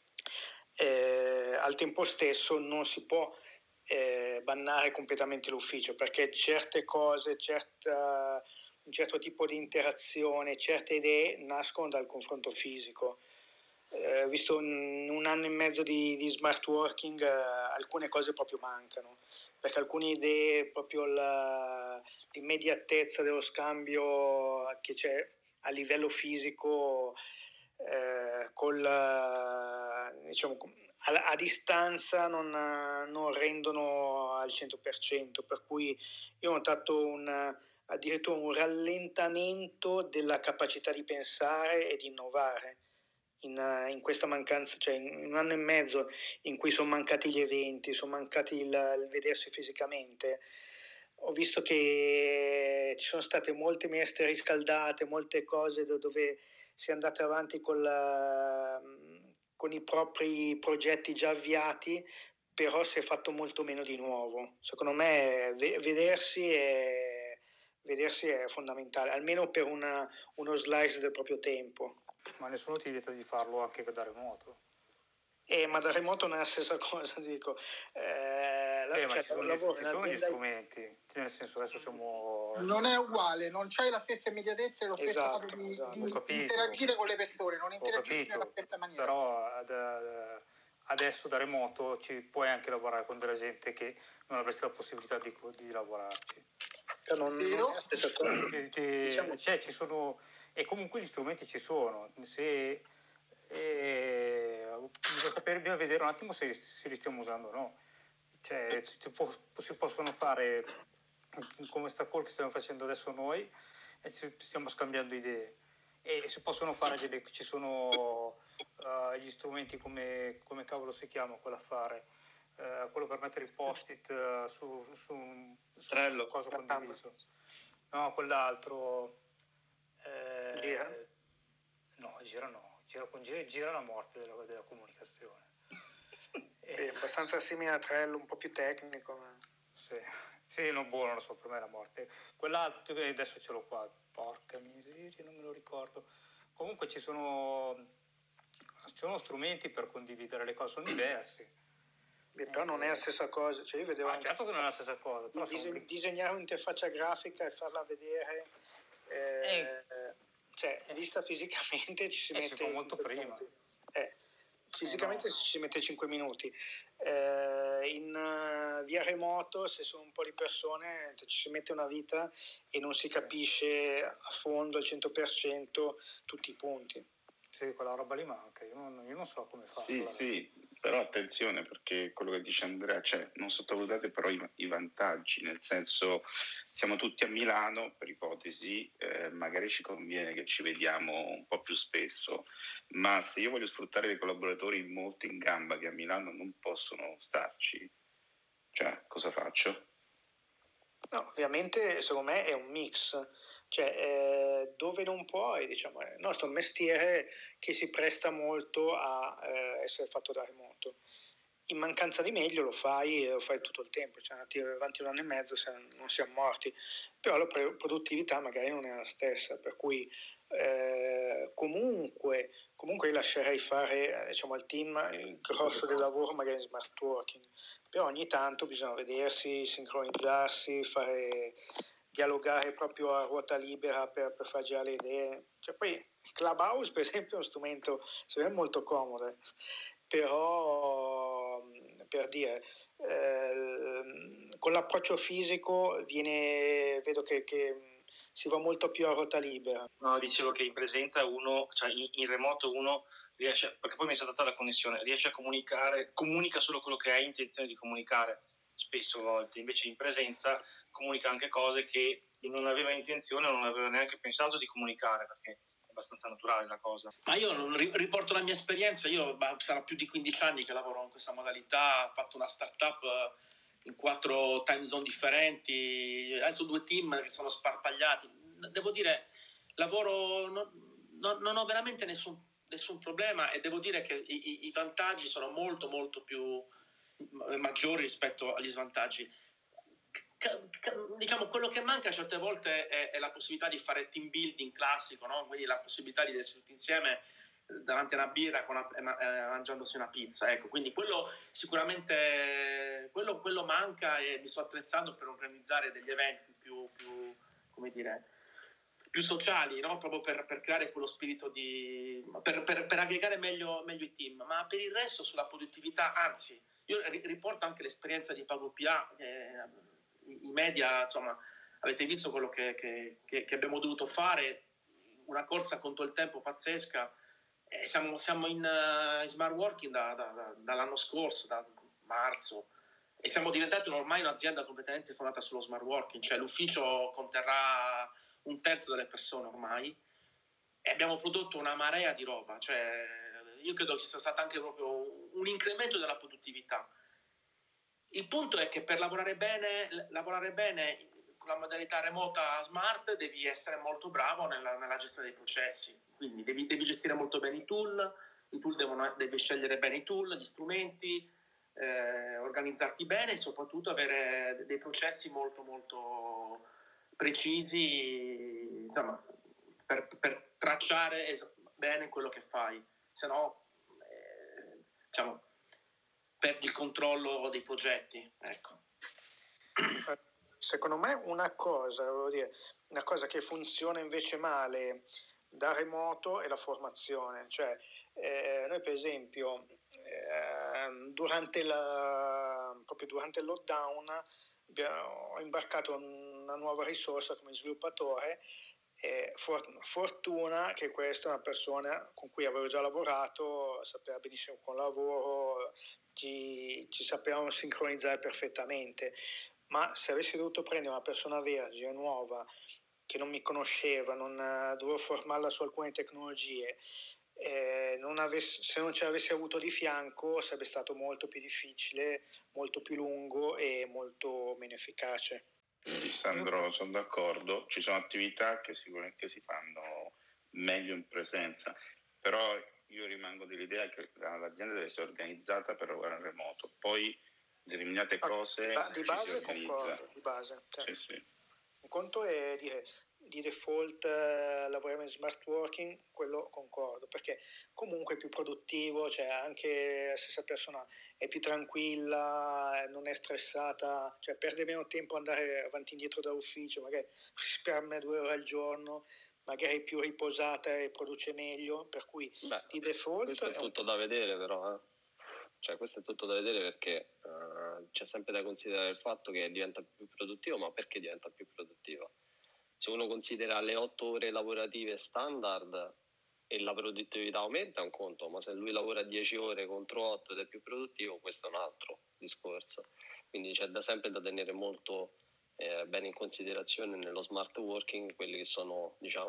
Speaker 5: Al tempo stesso non si può bannare completamente l'ufficio, perché certe cose, un certo tipo di interazione, certe idee nascono dal confronto fisico. Visto un anno e mezzo di smart working, alcune cose proprio mancano, perché alcune idee, proprio l'immediatezza dello scambio che c'è a livello fisico, diciamo, a distanza non rendono al 100%, per cui io ho notato addirittura un rallentamento della capacità di pensare e di innovare in questa mancanza, cioè in un anno e mezzo in cui sono mancati gli eventi, sono mancati il vedersi fisicamente. Ho visto che ci sono state molte minestre riscaldate, molte cose dove si è andate avanti con i propri progetti già avviati, però si è fatto molto meno di nuovo. Secondo me vedersi è vedersi è fondamentale, almeno per uno slice del proprio tempo.
Speaker 9: Ma nessuno ti vieta di farlo anche da remoto.
Speaker 5: Ma da remoto non è la stessa cosa, dico.
Speaker 9: Ma ci sono gli strumenti, nel senso adesso siamo...
Speaker 10: Non è uguale, non c'hai la stessa immediatezza e lo stesso modo di interagire con le persone, non interagisci nella stessa maniera.
Speaker 9: Però adesso da remoto ci puoi anche lavorare con della gente che non avresti la possibilità di lavorarci.
Speaker 5: Non è la stessa cosa.
Speaker 9: Diciamo. Cioè, ci sono, e comunque gli strumenti ci sono. Bisogna vedere un attimo se li stiamo usando o no. Cioè, si possono fare come questa call che stiamo facendo adesso noi, e stiamo scambiando idee, e si possono fare ci sono gli strumenti come cavolo si chiama quell'affare, quello per mettere i post-it su
Speaker 8: Trello,
Speaker 9: cosa condiviso. No, quell'altro
Speaker 5: Gira?
Speaker 9: No, gira la morte della comunicazione.
Speaker 5: È abbastanza simile a Trello, un po' più tecnico. Ma...
Speaker 9: Sì, non lo so, per me è la morte. Quell'altro, adesso ce l'ho qua, porca miseria, non me lo ricordo. Comunque ci sono strumenti per condividere le cose, sono diversi.
Speaker 5: Però non è la stessa cosa. Cioè io vedevo
Speaker 9: certo che non è la stessa cosa. Però
Speaker 5: disegnare un'interfaccia grafica e farla vedere, vista fisicamente ci si mette...
Speaker 9: Si fa molto prima.
Speaker 5: Fisicamente ci si mette 5 minuti. In via remoto, se sono un po' di persone, ci si mette una vita e non si capisce a fondo al 100% tutti i punti.
Speaker 9: Sì, quella roba lì manca, io non so come farla.
Speaker 8: Sì, però attenzione, perché quello che dice Andrea, cioè non sottovalutate però i vantaggi, nel senso siamo tutti a Milano, per ipotesi, magari ci conviene che ci vediamo un po' più spesso, ma se io voglio sfruttare dei collaboratori molto in gamba che a Milano non possono starci, cioè cosa faccio?
Speaker 5: No, ovviamente secondo me è un mix, cioè dove non puoi, diciamo, è il nostro mestiere che si presta molto a essere fatto da remoto. In mancanza di meglio lo fai tutto il tempo, cioè andati avanti un anno e mezzo se non siamo morti, però la produttività magari non è la stessa, per cui comunque lascerei fare diciamo, al team il grosso del lavoro magari in smart working, però ogni tanto bisogna vedersi, sincronizzarsi, dialogare proprio a ruota libera per far girare le idee. Cioè, poi Clubhouse per esempio è uno strumento secondo me molto comodo, però per dire con l'approccio fisico vedo che si va molto più a ruota libera.
Speaker 7: No, dicevo che in presenza uno, cioè in remoto uno riesce, perché poi mi è stata data la connessione, riesce a comunica solo quello che ha intenzione di comunicare, spesso volte, invece in presenza comunica anche cose che non aveva intenzione o non aveva neanche pensato di comunicare, perché è abbastanza naturale la cosa.
Speaker 4: Ma io riporto la mia esperienza, sarà più di 15 anni che lavoro in questa modalità, ho fatto una startup in 4 time zone differenti, adesso 2 team che sono sparpagliati. Devo dire, lavoro, non ho veramente nessun problema, e devo dire che i vantaggi sono molto molto più maggiori rispetto agli svantaggi. Diciamo, quello che manca certe volte è la possibilità di fare team building classico, no? Quindi la possibilità di essere tutti insieme davanti a una birra mangiandosi una pizza, ecco. Quindi quello sicuramente quello manca, e mi sto attrezzando per organizzare degli eventi più come dire, più sociali, no? Proprio per creare quello spirito per aggregare meglio i team. Ma per il resto, sulla produttività, anzi, io riporto anche l'esperienza di PagoPA, i media, insomma, avete visto quello che abbiamo dovuto fare, una corsa contro il tempo pazzesca. Siamo in smart working dall'anno scorso, da marzo, e siamo diventati ormai un'azienda completamente fondata sullo smart working, cioè l'ufficio conterrà 1/3 delle persone ormai, e abbiamo prodotto una marea di roba. Cioè, io credo che sia stato anche proprio un incremento della produttività. Il punto è che per lavorare bene con la modalità remota smart devi essere molto bravo nella gestione dei processi, quindi devi gestire molto bene i tool devi scegliere bene i tool, gli strumenti, organizzarti bene, e soprattutto avere dei processi molto molto precisi, insomma, per tracciare bene quello che fai, se no diciamo, perdi il controllo dei progetti, ecco.
Speaker 5: Secondo me una cosa che funziona invece male da remoto è la formazione, cioè noi per esempio durante il lockdown ho imbarcato una nuova risorsa come sviluppatore. Fortuna che questa è una persona con cui avevo già lavorato, sapeva benissimo con lavoro, ci sapevamo sincronizzare perfettamente, ma se avessi dovuto prendere una persona vergine, nuova, che non mi conosceva, dovevo formarla su alcune tecnologie, se non ci avessi avuto di fianco sarebbe stato molto più difficile, molto più lungo e molto meno efficace.
Speaker 8: Sì, Sandro, sono d'accordo, ci sono attività che sicuramente si fanno meglio in presenza, però io rimango dell'idea che l'azienda deve essere organizzata per lavorare in remoto, poi determinate cose
Speaker 5: di base concordo, di base. Cioè,
Speaker 8: sì.
Speaker 5: Un conto è dire di default lavoriamo in smart working, quello concordo, perché comunque è più produttivo, cioè anche la stessa persona è più tranquilla, non è stressata, cioè perde meno tempo andare avanti e indietro dall'ufficio, magari risparmia 2 ore al giorno, magari è più riposata e produce meglio, per cui di default...
Speaker 11: Questo è tutto da vedere però, Cioè questo è tutto da vedere perché c'è sempre da considerare il fatto che diventa più produttivo, ma perché diventa più produttivo? Se uno considera le 8 ore lavorative standard e la produttività aumenta è un conto, ma se lui lavora 10 ore contro 8 ed è più produttivo, questo è un altro discorso. Quindi c'è sempre da tenere molto bene in considerazione nello smart working quelli che sono, diciamo,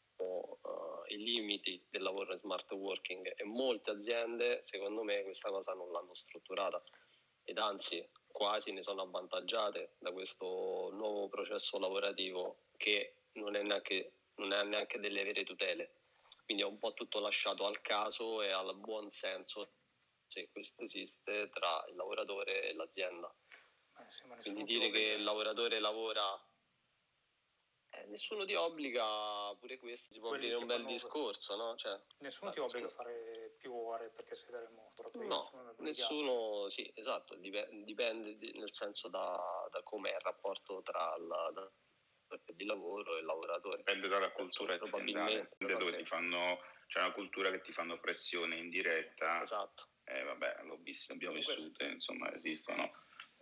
Speaker 11: i limiti del lavoro in smart working, e molte aziende secondo me questa cosa non l'hanno strutturata ed anzi quasi ne sono avvantaggiate da questo nuovo processo lavorativo che non ha neanche delle vere tutele, quindi è un po' tutto lasciato al caso e al buon senso, se questo esiste, tra il lavoratore e l'azienda. Quindi dire che il lavoratore lavora, nessuno ti obbliga, pure questo si può dire un bel discorso, no? Cioè,
Speaker 9: nessuno ti obbliga a fare più ore perché sei da remoto.
Speaker 11: No, nessuno, sì, esatto, dipende nel senso da come è il rapporto tra di lavoro e il lavoratore.
Speaker 8: Dipende dalla cultura aziendale, dove c'è una cultura che ti fanno pressione in diretta.
Speaker 11: Esatto.
Speaker 8: Vabbè, l'ho visto, abbiamo vissute, insomma, esistono.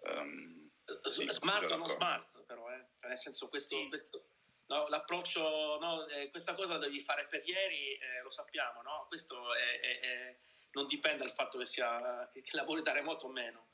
Speaker 4: Smart o non smart, però, nel senso questo no, l'approccio, no, questa cosa la devi fare per ieri, lo sappiamo, no? Questo non dipende dal fatto che lavori da remoto o meno.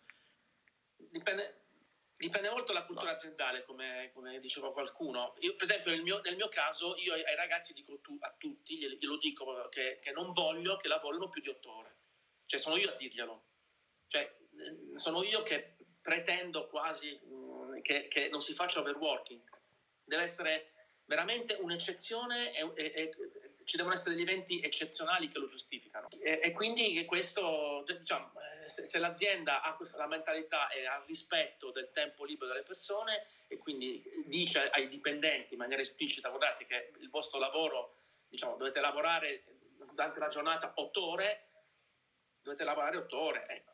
Speaker 4: Dipende molto dalla cultura aziendale, come diceva qualcuno. Io, per esempio, nel mio caso, io ai ragazzi dico a tutti, glielo dico che non voglio che lavorino più di 8 ore. Cioè, sono io a dirglielo. Cioè, sono io che pretendo quasi che non si faccia overworking. Deve essere veramente un'eccezione e ci devono essere degli eventi eccezionali che lo giustificano. E quindi questo, diciamo, se l'azienda ha la mentalità e ha il rispetto del tempo libero delle persone e quindi dice ai dipendenti in maniera esplicita: guardate che il vostro lavoro, diciamo, dovete lavorare durante la giornata 8 ore, dovete lavorare 8 ore, ecco.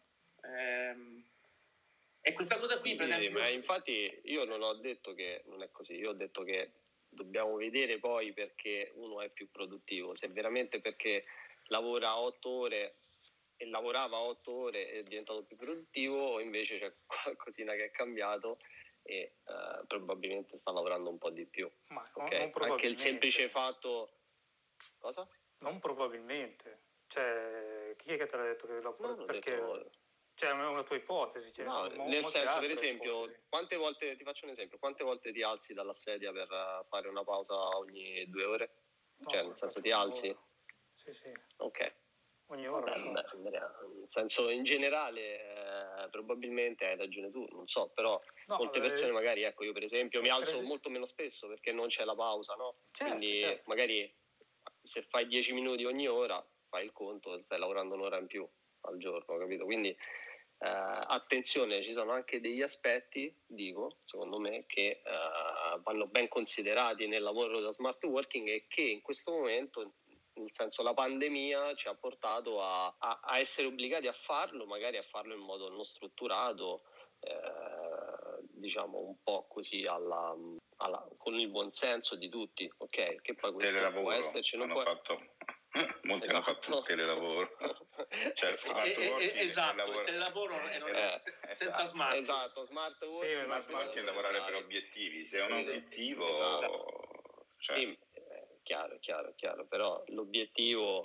Speaker 4: E questa cosa qui, per esempio...
Speaker 11: Ma infatti io non ho detto che non è così, io ho detto che dobbiamo vedere poi perché uno è più produttivo, se veramente perché lavora 8 ore e lavorava 8 ore e è diventato più produttivo, o invece c'è qualcosina che è cambiato e probabilmente sta lavorando un po' di più.
Speaker 9: Ma
Speaker 11: okay? Anche il semplice fatto... Cosa?
Speaker 9: Non probabilmente. Cioè, chi è che te l'ha detto che lavora? Perché...
Speaker 11: Detto...
Speaker 9: Cioè, è una tua ipotesi. Ce
Speaker 11: no, nel senso, per esempio, ipotesi. Quante volte, ti faccio un esempio, quante volte ti alzi dalla sedia per fare una pausa ogni 2 ore?
Speaker 9: No,
Speaker 11: cioè, nel senso, ti alzi?
Speaker 9: Sì.
Speaker 11: Ok.
Speaker 9: Ogni ora.
Speaker 11: Nel senso, in generale, probabilmente hai ragione tu, non so, però molte persone magari, ecco, io per esempio mi alzo molto meno spesso perché non c'è la pausa, no?
Speaker 9: Certo,
Speaker 11: quindi magari se fai 10 minuti ogni ora, fai il conto, stai lavorando un'ora in più al giorno, capito? Quindi attenzione, ci sono anche degli aspetti, dico, secondo me, che vanno ben considerati nel lavoro da smart working e che in questo momento, nel senso la pandemia ci ha portato a essere obbligati a farlo, magari a farlo in modo non strutturato, diciamo un po' così con il buon senso di tutti, ok? Che poi questo può esserci, non può...
Speaker 8: Molti hanno fatto il telelavoro, cioè
Speaker 4: esatto, il telelavoro senza smart.
Speaker 11: Esatto, smart working,
Speaker 8: smart working è lavorare per obiettivi, se è un obiettivo, cioè...
Speaker 11: Sì, chiaro, però l'obiettivo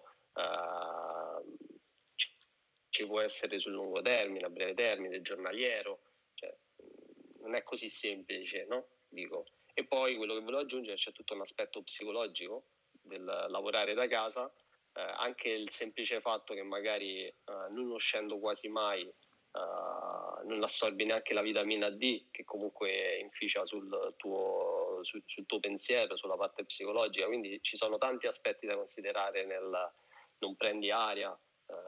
Speaker 11: ci può essere sul lungo termine, a breve termine, giornaliero, cioè, non è così semplice, no? Dico. E poi quello che volevo aggiungere, c'è tutto un aspetto psicologico del lavorare da casa, anche il semplice fatto che magari non uscendo quasi mai non assorbi neanche la vitamina D, che comunque inficia sul tuo pensiero, sulla parte psicologica, quindi ci sono tanti aspetti da considerare nel non prendi aria,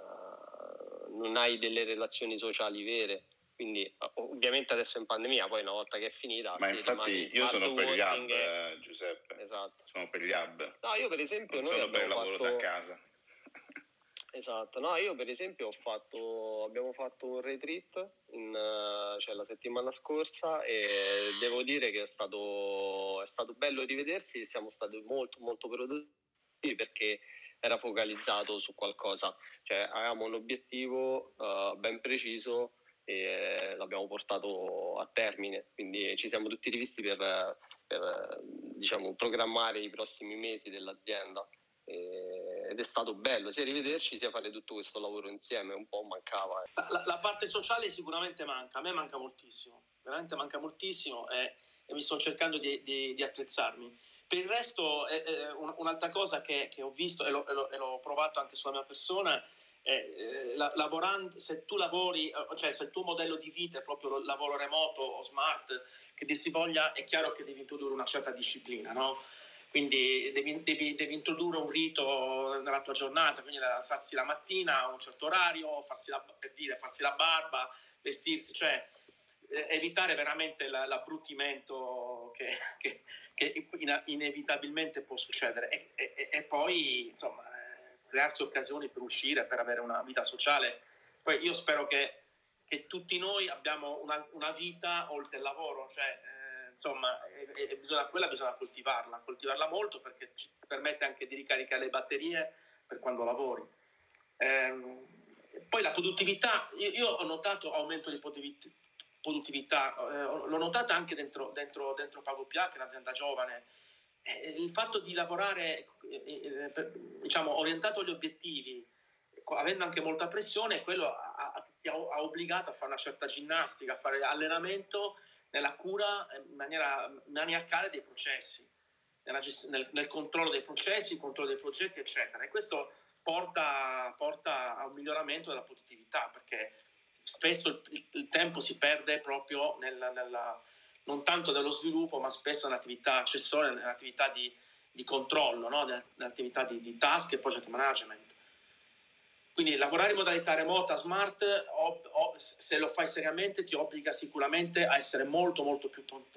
Speaker 11: non hai delle relazioni sociali vere. Quindi ovviamente adesso in pandemia, poi una volta che è finita...
Speaker 8: Ma infatti io sono per gli hub, Giuseppe.
Speaker 11: Esatto.
Speaker 8: Sono per gli hub.
Speaker 11: No, io per esempio...
Speaker 8: Non sono per il lavoro da casa.
Speaker 11: Esatto. No, io per esempio abbiamo fatto un retreat cioè la settimana scorsa, e devo dire che è stato bello rivedersi, e siamo stati molto molto produttivi perché era focalizzato su qualcosa. Cioè avevamo un obiettivo ben preciso e l'abbiamo portato a termine, quindi ci siamo tutti rivisti per diciamo programmare i prossimi mesi dell'azienda, ed è stato bello sia rivederci sia fare tutto questo lavoro insieme. Un po' mancava.
Speaker 4: La parte sociale sicuramente manca, a me manca moltissimo, veramente manca moltissimo, e mi sto cercando di attrezzarmi. Per il resto un'altra cosa che ho visto e l'ho provato anche sulla mia persona, lavorando, se tu lavori, cioè se il tuo modello di vita è proprio il lavoro remoto o smart, che dir si voglia, è chiaro che devi introdurre una certa disciplina, no? Quindi devi introdurre un rito nella tua giornata, quindi alzarsi la mattina a un certo orario, farsi la barba, vestirsi, cioè evitare veramente l'abbruttimento che inevitabilmente può succedere, e poi insomma crearsi occasioni per uscire, per avere una vita sociale. Poi io spero che tutti noi abbiamo una vita oltre il lavoro, cioè insomma quella bisogna coltivarla molto, perché ci permette anche di ricaricare le batterie per quando lavori. Poi la produttività, io ho notato aumento di produttività, l'ho notata anche dentro PagoPA, che è un'azienda giovane. Il fatto di lavorare diciamo orientato agli obiettivi, avendo anche molta pressione, quello ti ha obbligato a fare una certa ginnastica, a fare allenamento nella cura in maniera maniacale dei processi, nel controllo dei processi, il controllo dei progetti, eccetera. E questo porta a un miglioramento della produttività, perché spesso il tempo si perde proprio non tanto nello sviluppo, ma spesso nell'attività accessoria, nell'attività di controllo, no? Nell'attività di task e project management. Quindi lavorare in modalità remota, smart, se lo fai seriamente, ti obbliga sicuramente a essere molto molto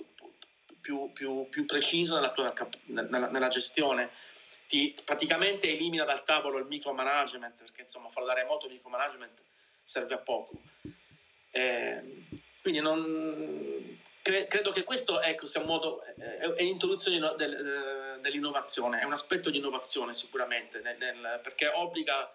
Speaker 4: più preciso nella gestione. Ti praticamente elimina dal tavolo il micromanagement, perché insomma farlo da remoto, il micromanagement serve a poco. Quindi credo che questo sia un modo, è l'introduzione dell'innovazione, è un aspetto di innovazione sicuramente, perché obbliga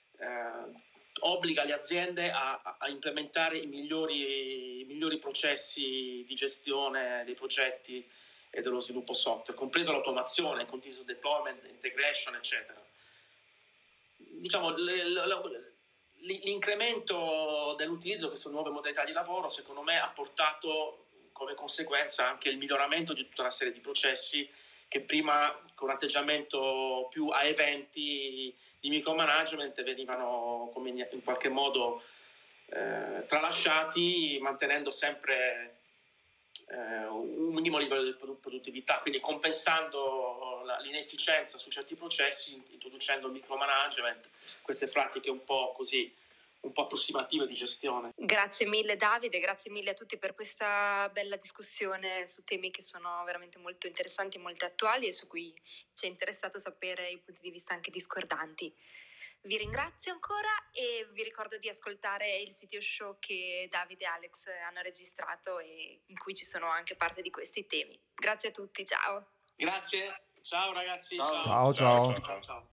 Speaker 4: le aziende a implementare i migliori processi di gestione dei progetti e dello sviluppo software, compresa l'automazione, continuous deployment, integration, eccetera. Diciamo, l'incremento dell'utilizzo di queste nuove modalità di lavoro, secondo me, ha portato come conseguenza anche il miglioramento di tutta una serie di processi che prima, con un atteggiamento più a eventi di micromanagement, venivano in qualche modo tralasciati, mantenendo sempre un minimo livello di produttività, quindi compensando l'inefficienza su certi processi, introducendo il micromanagement, queste pratiche un po' così un po' approssimative di gestione.
Speaker 2: Grazie mille Davide, grazie mille a tutti per questa bella discussione su temi che sono veramente molto interessanti e molto attuali e su cui ci è interessato sapere i punti di vista anche discordanti. Vi ringrazio ancora e vi ricordo di ascoltare il CTO Show che Davide e Alex hanno registrato e in cui ci sono anche parte di questi temi. Grazie a tutti, ciao.
Speaker 4: Grazie, ciao ragazzi.
Speaker 3: Ciao.